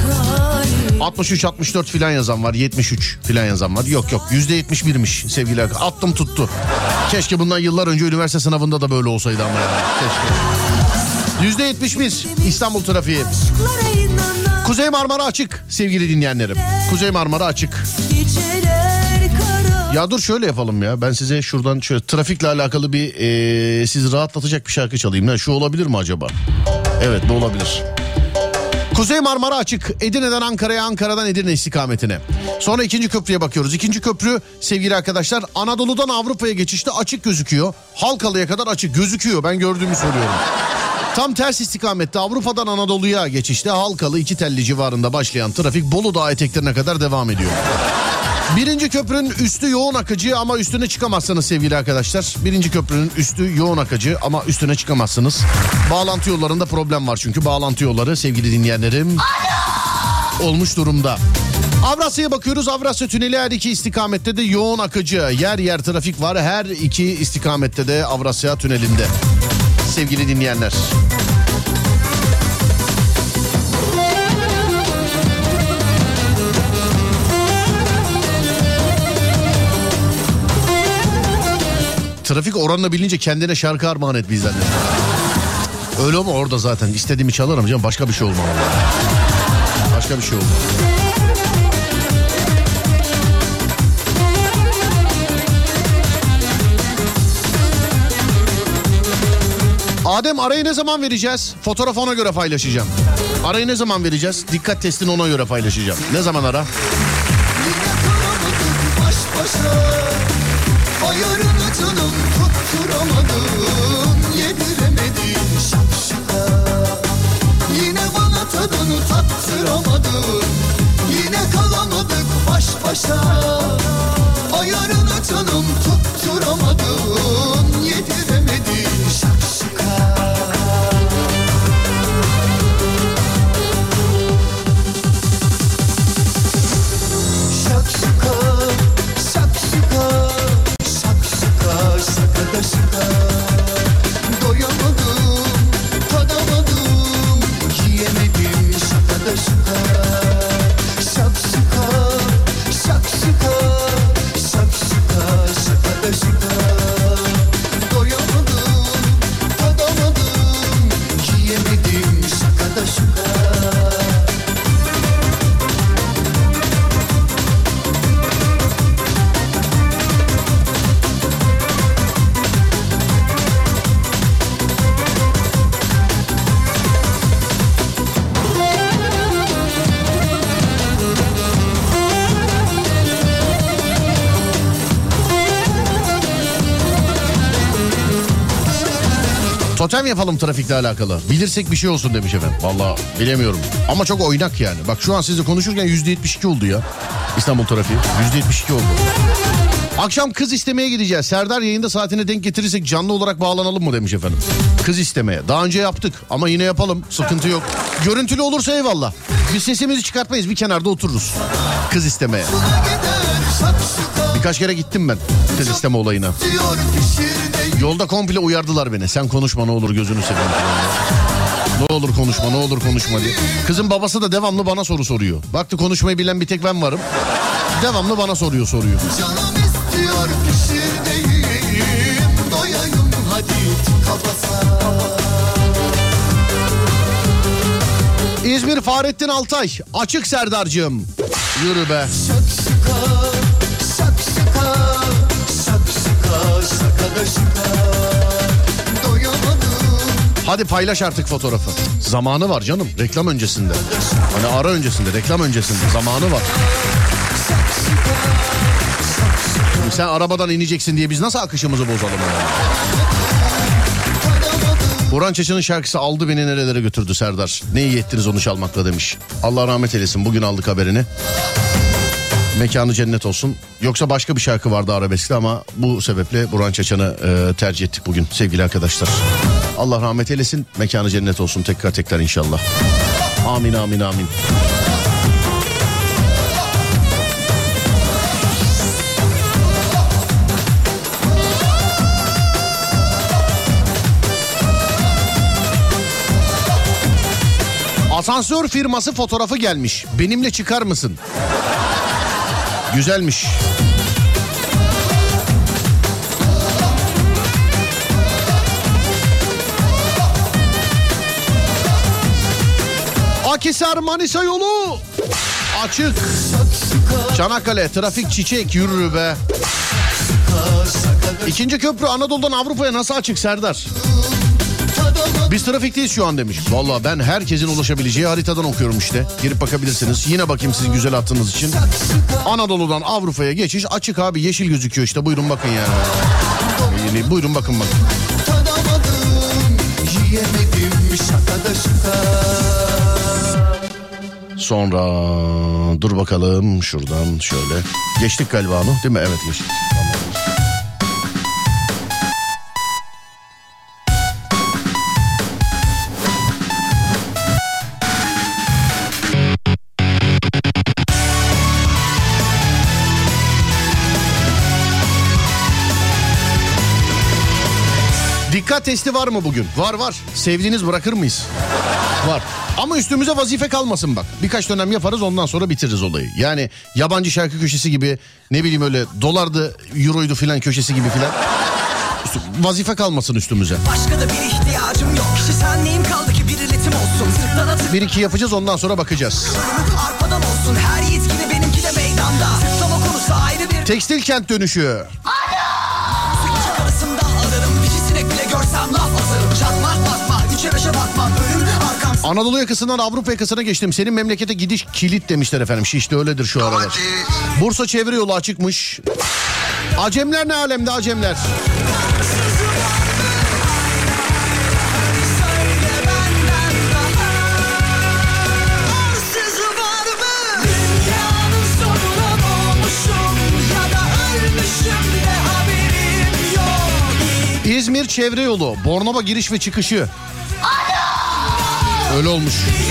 63-64 filan yazan var, 73 filan yazan var. Yok %71'miş sevgili arkadaşlar. Attım tuttu. Keşke bundan yıllar önce üniversite sınavında da böyle olsaydı ama ya. Keşke. %71 İstanbul trafiği. Kuzey Marmara açık sevgili dinleyenlerim. Kuzey Marmara açık. Ya dur şöyle yapalım ya. Ben size şuradan şöyle trafikle alakalı bir sizi rahatlatacak bir şarkı çalayım. Şu olabilir mi acaba? Evet, bu olabilir. Kuzey Marmara açık. Edirne'den Ankara'ya, Ankara'dan Edirne istikametine. Sonra ikinci köprüye bakıyoruz. İkinci köprü sevgili arkadaşlar Anadolu'dan Avrupa'ya geçişte açık gözüküyor. Halkalı'ya kadar açık gözüküyor. Ben gördüğümü söylüyorum. Tam ters istikamette Avrupa'dan Anadolu'ya geçişte Halkalı iki telli civarında başlayan trafik Bolu Dağı eteklerine kadar devam ediyor. Birinci köprünün üstü yoğun akıcı ama üstüne çıkamazsınız sevgili arkadaşlar. Birinci köprünün üstü yoğun akıcı ama üstüne çıkamazsınız. Bağlantı yollarında problem var çünkü bağlantı yolları sevgili dinleyenlerim olmuş durumda. Avrasya'ya bakıyoruz. Avrasya Tüneli her iki istikamette de yoğun akıcı. Yer yer trafik var her iki istikamette de Avrasya Tüneli'nde sevgili dinleyenler. Trafik oranını bilince kendine şarkı armağan et bizden. Öyle ama orada zaten istediğimi çalarım canım, başka bir şey olmamalı. Başka bir şey olmamalı. Adem arayı ne zaman vereceğiz? Fotoğrafı ona göre paylaşacağım. Arayı ne zaman vereceğiz? Dikkat testini ona göre paylaşacağım. Ne zaman ara? Baş başa ayarını canım tutturamadım, yediremedin şapşala. tutturamadım. Yine kalamadık baş başa. Ayarını canım tutturamadın. Yediremedin şakşuka. Şakşuka, şakşuka, şakşuka, şakada şuka. Doyamadım, tadamadım, yiyemedim şakada şuka. Şakşuka, şakşuka, şakşuka, şakada şuka. Doyamadım, tadamadım, yiyemedim şakada şuka. Totem yapalım trafikle alakalı. Bilirsek bir şey olsun demiş efendim. Vallahi bilemiyorum. Ama çok oynak yani. Bak şu an sizle konuşurken %72 oldu ya. İstanbul trafiği. %72 oldu. Akşam kız istemeye gideceğiz. Serdar yayında saatine denk getirirsek canlı olarak bağlanalım mı demiş efendim. Kız istemeye. Daha önce yaptık ama yine yapalım. Sıkıntı yok. Görüntülü olursa eyvallah. Biz sesimizi çıkartmayız. Bir kenarda otururuz. Kız istemeye. Birkaç kere gittim ben kız isteme olayına. Yolda komple uyardılar beni. Sen konuşma ne olur gözünü seveyim. Ne olur konuşma, ne olur konuşma diye. Kızın babası da devamlı bana soru soruyor. Baktı konuşmayı bilen bir tek ben varım. Devamlı bana soruyor. Canım istiyor pişireyim, doyayım hadi tıka basa. İzmir Fahrettin Altay. Açık Serdar'cığım. Yürü be. Şakşuka, şakşuka, şakşuka, şakada şuka. Doyamadım. Hadi paylaş artık fotoğrafı. Zamanı var canım. Reklam öncesinde. Hani ara öncesinde, reklam öncesinde. Zamanı var. Sen arabadan ineceksin diye biz nasıl akışımızı bozalım yani? Burhan Çeçen'in şarkısı aldı beni nerelere götürdü Serdar. Ne iyi ettiniz onu çalmakla demiş. Allah rahmet eylesin, bugün aldık haberini. Mekanı cennet olsun. Yoksa başka bir şarkı vardı arabeskte ama bu sebeple Burhan Çeçen'i tercih ettik bugün sevgili arkadaşlar. Allah rahmet eylesin, mekanı cennet olsun tekrar inşallah. Amin amin amin. Asansör firması fotoğrafı gelmiş. Benimle çıkar mısın? Güzelmiş. Akhisar Manisa yolu açık. Çanakkale trafik çiçek, yürü be. İkinci köprü Anadolu'dan Avrupa'ya nasıl açık Serdar? Biz trafikteyiz şu an demiş. Vallahi ben herkesin ulaşabileceği haritadan okuyorum işte. Girip bakabilirsiniz. Yine bakayım sizin güzel attığınız için. Anadolu'dan Avrupa'ya geçiş açık abi. Yeşil gözüküyor işte. Buyurun bakın yani. Buyurun bakın. Sonra dur bakalım şuradan şöyle. Geçtik galiba onu değil mi? Evet geçtik. Tamam. Dikkat testi var mı bugün? Var. Sevdiğiniz bırakır mıyız? Var. Ama üstümüze vazife kalmasın bak. Birkaç dönem yaparız ondan sonra bitiririz olayı. Yani yabancı şarkı köşesi gibi, ne bileyim öyle dolardı, euroydu filan köşesi gibi filan. Vazife kalmasın üstümüze. Başka da bir ihtiyacım yok. Kişisel neyim kaldı ki bir iletim olsun. Sırttan atıp bir iki yapacağız ondan sonra bakacağız. arpadan olsun. Her yiğit gibi benimki de meydanda. Sırtlama konusu ayrı bir... Tekstil kent dönüşü. Sıkıcı arasında ararım. Dişi sinek bile görsem laf atarım. Çatma bakma, 3'e 5'e bakmam. Ölüm arkam... Anadolu yakasından Avrupa yakasına geçtim. Senin memlekete gidiş kilit demişler efendim. İşte öyledir şu aralar. Bursa çevre yolu açıkmış. Acemler ne alemde acemler. çevre yolu, Bornova giriş ve çıkışı. Öyle olmuş.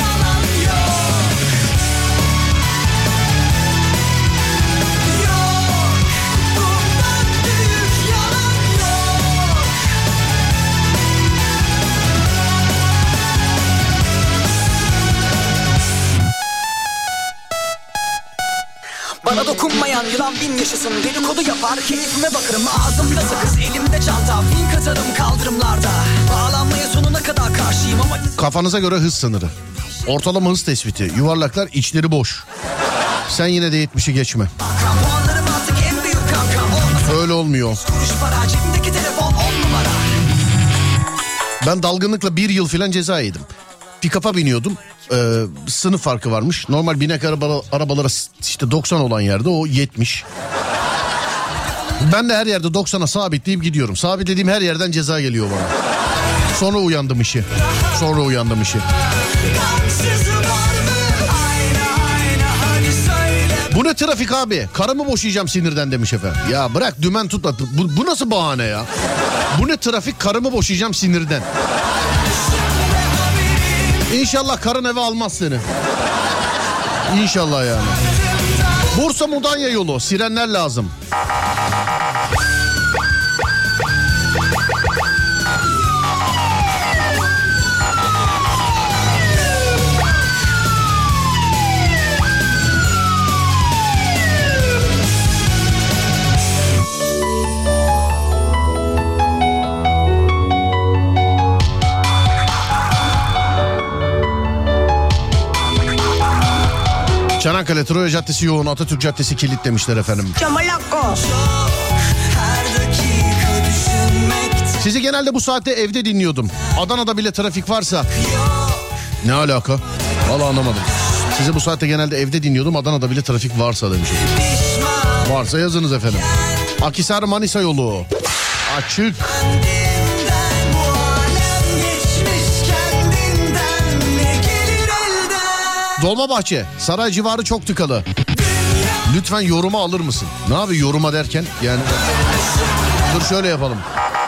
Bana dokunmayan yılan bin yaşasın. Dedikodu yapar keyfime bakarım. Ağzımda sakız elimde çanta. Fink atarım kaldırımlarda. Bağlanmaya sonuna kadar karşıyım ama... Kafanıza göre hız sınırı. Ortalama hız tespiti. Yuvarlaklar içleri boş. Sen yine de 70'i geçme. Puanlarım artık en büyük kanka. Öyle olmuyor. Kuruş para cebimdeki telefon 10 numara. Ben dalgınlıkla 1 yıl filan ceza yedim. Pick-up'a biniyordum. Sınıf farkı varmış. Normal binek arabalara işte 90 olan yerde o 70. Ben de her yerde 90'a sabitleyip gidiyorum. Sabitlediğim her yerden ceza geliyor bana. Sonra uyandım işi. Bu ne trafik abi? Karımı boşayacağım sinirden demiş efendim. Ya bırak dümen tutma. Bu nasıl bahane ya? Bu ne trafik? Karımı boşayacağım sinirden. İnşallah karın eve almaz seni. İnşallah yani. Bursa Mudanya yolu. Sirenler lazım. Çanakkale Troya Caddesi yoğun, Atatürk Caddesi kilit demişler efendim. Sizi genelde bu saatte evde dinliyordum. Adana'da bile trafik varsa. Ne alaka? Vallahi anlamadım. Sizi bu saatte genelde evde dinliyordum. Adana'da bile trafik varsa demiş. Varsa yazınız efendim. Akhisar Manisa yolu. Açık. Dolmabahçe, Saray civarı çok tıkalı. Lütfen yoruma alır mısın? Ne abi yoruma derken? Yani dur şöyle yapalım.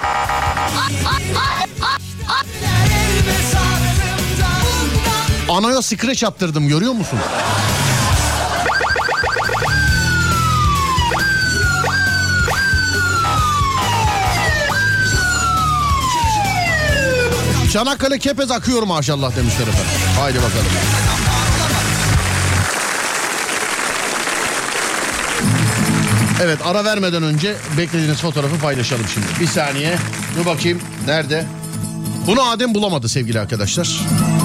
Anaya scratch yaptırdım, görüyor musun? Çanakkale Kepez akıyor maşallah demişler efendim. Haydi bakalım. Evet, ara vermeden önce beklediğiniz fotoğrafı paylaşalım şimdi. Bir saniye. Dur bakayım. Nerede? Bunu Adem bulamadı sevgili arkadaşlar.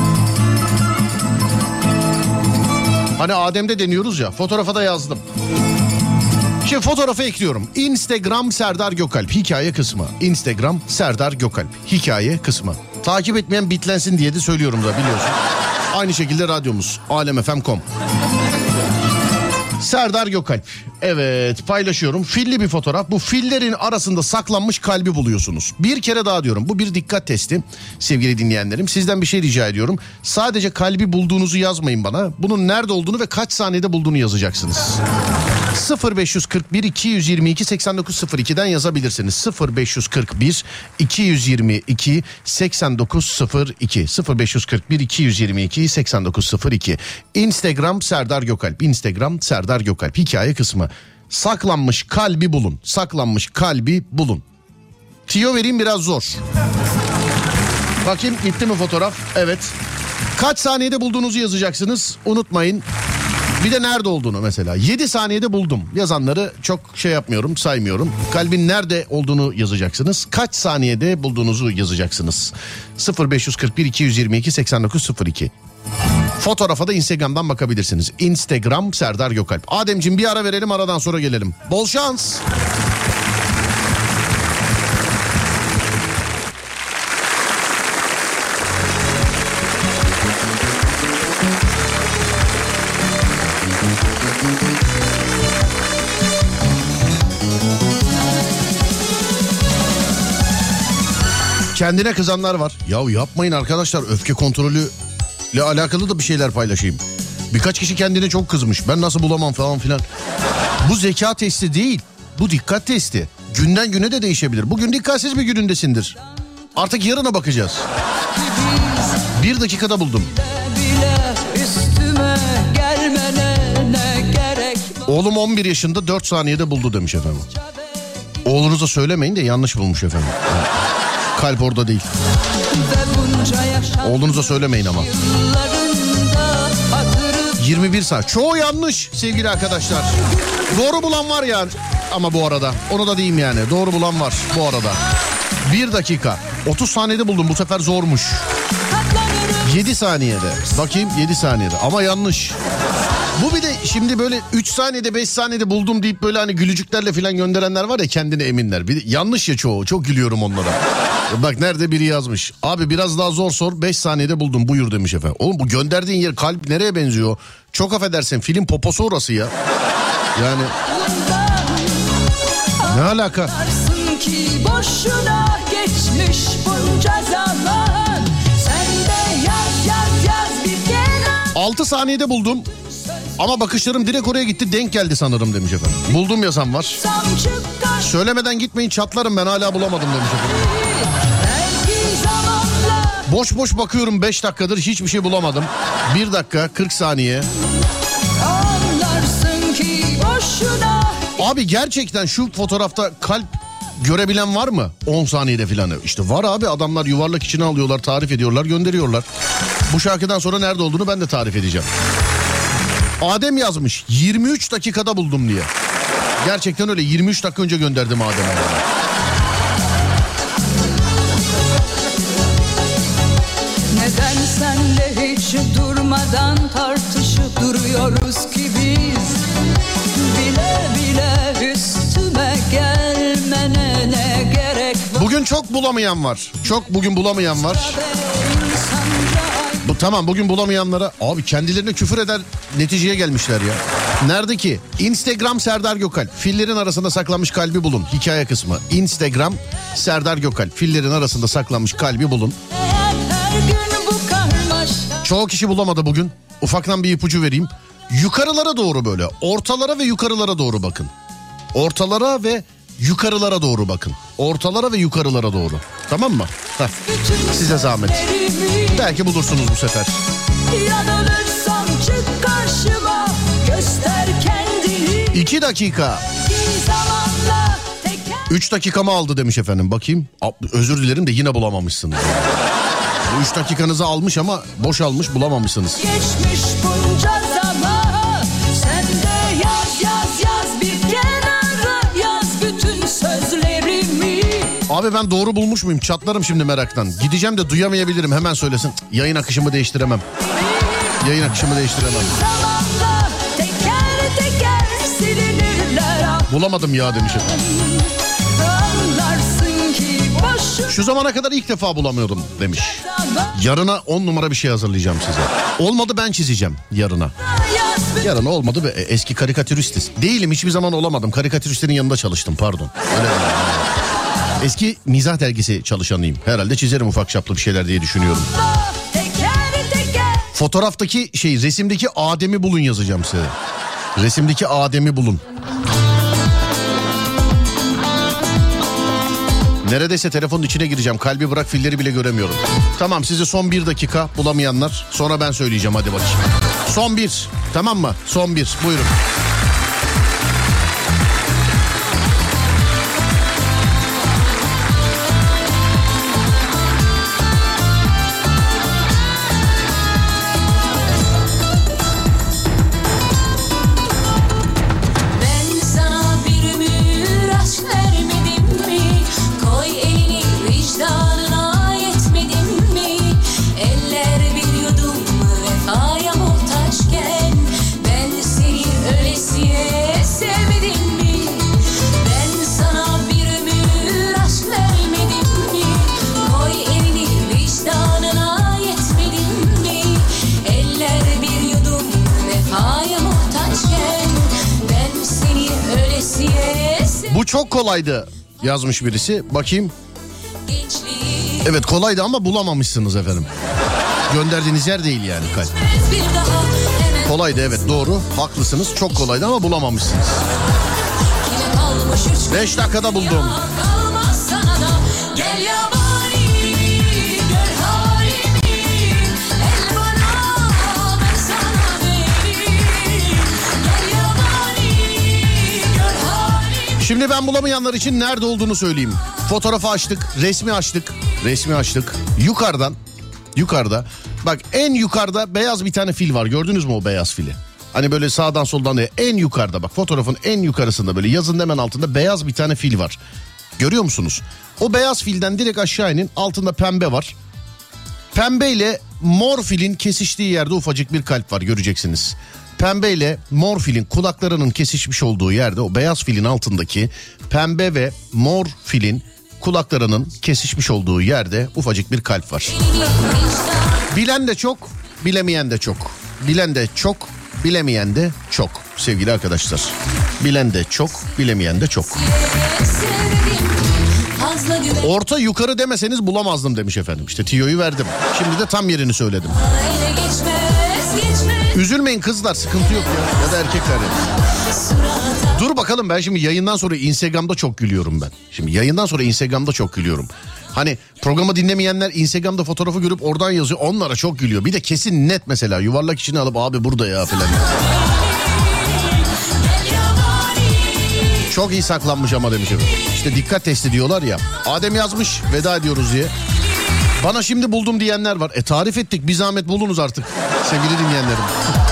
Hani Adem'de deniyoruz ya. Fotoğrafa da yazdım. Şimdi fotoğrafı ekliyorum. Instagram Serdar Gökalp hikaye kısmı. Instagram Serdar Gökalp hikaye kısmı. Takip etmeyen bitlensin diye de söylüyorum da biliyorsun. Aynı şekilde radyomuz alemfm.com. Serdar Gökalp. Evet, paylaşıyorum. Filli bir fotoğraf. Bu fillerin arasında saklanmış kalbi buluyorsunuz. Bir kere daha diyorum. Bu bir dikkat testi sevgili dinleyenlerim. Sizden bir şey rica ediyorum. Sadece kalbi bulduğunuzu yazmayın bana. Bunun nerede olduğunu ve kaç saniyede bulduğunu yazacaksınız. 0541 222 8902'den yazabilirsiniz. 0541 222 8902 0541 222 8902. Instagram Serdar Gökalp. Instagram Serdar Gökalp. Hikaye kısmı. Saklanmış kalbi bulun. Saklanmış kalbi bulun. Tiyo vereyim, biraz zor. Bakayım gitti mi fotoğraf? Evet. Kaç saniyede bulduğunuzu yazacaksınız. Unutmayın. Bir de nerede olduğunu mesela. 7 saniyede buldum. Yazanları çok şey yapmıyorum, saymıyorum. Kalbin nerede olduğunu yazacaksınız. Kaç saniyede bulduğunuzu yazacaksınız. 0541 222 8902. Fotoğrafa da Instagram'dan bakabilirsiniz. Instagram Serdar Gökalp. Ademciğim bir ara verelim, aradan sonra gelelim. Bol şans. Kendine kızanlar var. Ya yapmayın arkadaşlar, öfke kontrolü ile alakalı da bir şeyler paylaşayım. Birkaç kişi kendine çok kızmış. Ben nasıl bulamam falan filan. Bu zeka testi değil. Bu dikkat testi. Günden güne de değişebilir. Bugün dikkatsiz bir günündesindir. Artık yarına bakacağız. 1 dakikada buldum. Oğlum 11 yaşında 4 saniyede buldu demiş efendim. Oğlunuza söylemeyin de yanlış bulmuş efendim. Kalp orada değil. Oğlunuza söylemeyin ama. 21 saat. Çoğu yanlış sevgili arkadaşlar. Doğru bulan var yani. Ama bu arada onu da diyeyim yani. Doğru bulan var bu arada. 1 dakika. 30 saniyede buldum, bu sefer zormuş. 7 saniyede. Bakayım 7 saniyede ama yanlış. Bu bir de şimdi böyle 3 saniyede 5 saniyede buldum deyip böyle hani gülücüklerle falan gönderenler var ya, kendine eminler. Bir de yanlış ya çoğu. Çok gülüyorum onlara. Bak nerede biri yazmış. Abi biraz daha zor sor, 5 saniyede buldum buyur demiş efendim. Oğlum bu gönderdiğin yer kalp nereye benziyor? Çok affedersin, film poposu orası ya. Yani ne alaka? Ki boşuna geçmiş bunca zaman. Sen de yaz bir kenar. 6 saniyede buldum. Ama bakışlarım direkt oraya gitti, denk geldi sanırım demiş efendim. Buldum yazan var. Söylemeden gitmeyin çatlarım, ben hala bulamadım demiş efendim. Boş boş bakıyorum 5 dakikadır hiçbir şey bulamadım. 1 dakika 40 saniye. Abi gerçekten şu fotoğrafta kalp görebilen var mı? 10 saniyede falan. İşte var abi, adamlar yuvarlak içine alıyorlar, tarif ediyorlar, gönderiyorlar. Bu şarkıdan sonra nerede olduğunu ben de tarif edeceğim. Adem yazmış 23 dakikada buldum diye. Gerçekten öyle, 23 dakika önce gönderdim Adem'e. Neden senle hiç durmadan tartışıp duruyoruz ki biz? Bile bile üstüme gelmene ne gerek var? Bugün çok bulamayan var. Çok bugün bulamayan var. Tamam, bugün bulamayanlara abi kendilerine küfür eder neticeye gelmişler ya. Nerede ki? Instagram Serdar Gökalp. Fillerin arasında saklanmış kalbi bulun. Hikaye kısmı. Instagram Serdar Gökalp. Fillerin arasında saklanmış kalbi bulun. Çoğu kişi bulamadı bugün. Ufaktan bir ipucu vereyim. Yukarılara doğru böyle. Ortalara ve yukarılara doğru bakın. Ortalara ve yukarılara doğru bakın. Ortalara ve yukarılara doğru. Tamam mı? Heh. Size zahmet. Belki bulursunuz bu sefer. Yanılırsam çık karşıma, göster kendini. 2 dakika. 3 dakikamı aldı demiş efendim. Bakayım. Özür dilerim de yine bulamamışsınız. 3 dakikanızı almış ama boş almış, bulamamışsınız. Geçmiş bunca zaman. Sen de yaz bir kenara, yaz bütün sözlerimi. Abi ben doğru bulmuş muyum? Çatlarım şimdi meraktan. Gideceğim de duyamayabilirim, hemen söylesin. Yayın akışımı değiştiremem. Yayın akışımı değiştiremem. Zamanla teker teker silinirler. Bulamadım ya demiş efendim. Anlarsın ki boşuna. Şu zamana kadar ilk defa bulamıyordum demiş. Yarına 10 numara bir şey hazırlayacağım size. Olmadı ben çizeceğim yarına. Yarın olmadı ve eski karikatüristiz. Değilim, hiçbir zaman olamadım. Karikatüristlerin yanında çalıştım, pardon. Öyle eski mizah dergisi çalışanıyım. Herhalde çizerim ufak çaplı bir şeyler diye düşünüyorum. Fotoğraftaki resimdeki Adem'i bulun yazacağım size. Resimdeki Adem'i bulun. Neredeyse telefonun içine gireceğim. Kalbi bırak filleri bile göremiyorum. Tamam, size son 1 dakika bulamayanlar. Sonra ben söyleyeceğim, hadi bakayım. Son 1, tamam mı? Son 1, buyurun. Bu çok kolaydı yazmış birisi. Bakayım. Evet kolaydı ama bulamamışsınız efendim. Gönderdiğiniz yer değil yani kalp. Kolaydı, evet doğru, haklısınız, çok kolaydı ama bulamamışsınız. 5 dakikada buldum. Şimdi ben bulamayanlar için nerede olduğunu söyleyeyim. Fotoğrafı açtık, resmi açtık. Yukarıda. Bak en yukarıda beyaz bir tane fil var. Gördünüz mü o beyaz fili? Hani böyle sağdan soldan değil, en yukarıda, bak fotoğrafın en yukarısında, böyle yazının hemen altında beyaz bir tane fil var. Görüyor musunuz? O beyaz filden direkt aşağı inin, altında pembe var. Pembe ile mor filin kesiştiği yerde ufacık bir kalp var, göreceksiniz. Pembe ile mor filin kulaklarının kesişmiş olduğu yerde, o beyaz filin altındaki pembe ve mor filin kulaklarının kesişmiş olduğu yerde ufacık bir kalp var. Bilen de çok, bilemeyen de çok. Bilen de çok, bilemeyen de çok sevgili arkadaşlar. Bilen de çok, bilemeyen de çok. Orta yukarı demeseniz bulamazdım demiş efendim. İşte tiyoyu verdim. Şimdi de tam yerini söyledim. Üzülmeyin kızlar, sıkıntı yok ya. Ya da erkekler yani. Dur bakalım, ben şimdi yayından sonra Instagram'da çok gülüyorum ben. Hani programı dinlemeyenler Instagram'da fotoğrafı görüp oradan yazıyor. Onlara çok gülüyor. Bir de kesin net mesela yuvarlak içine alıp abi burada ya falan. Çok iyi saklanmış ama demiş efendim. İşte dikkat testi diyorlar ya. Adem yazmış veda ediyoruz diye. Bana şimdi buldum diyenler var. Tarif ettik, bir zahmet bulunuz artık sevgili dinleyenlerim.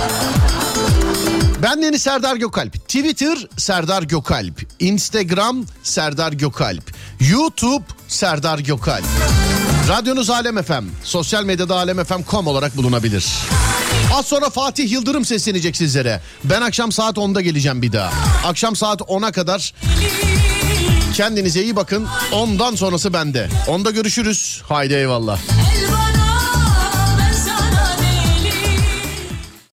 Bendeniz Serdar Gökalp. Twitter Serdar Gökalp. Instagram Serdar Gökalp. YouTube Serdar Gökalp. Radyonuz Alem FM. Sosyal medyada alemfm.com olarak bulunabilir. Az sonra Fatih Yıldırım seslenecek sizlere. Ben akşam saat 10'da geleceğim bir daha. Akşam saat 10'a kadar kendinize iyi bakın. Ondan sonrası bende. 10'da görüşürüz. Haydi eyvallah.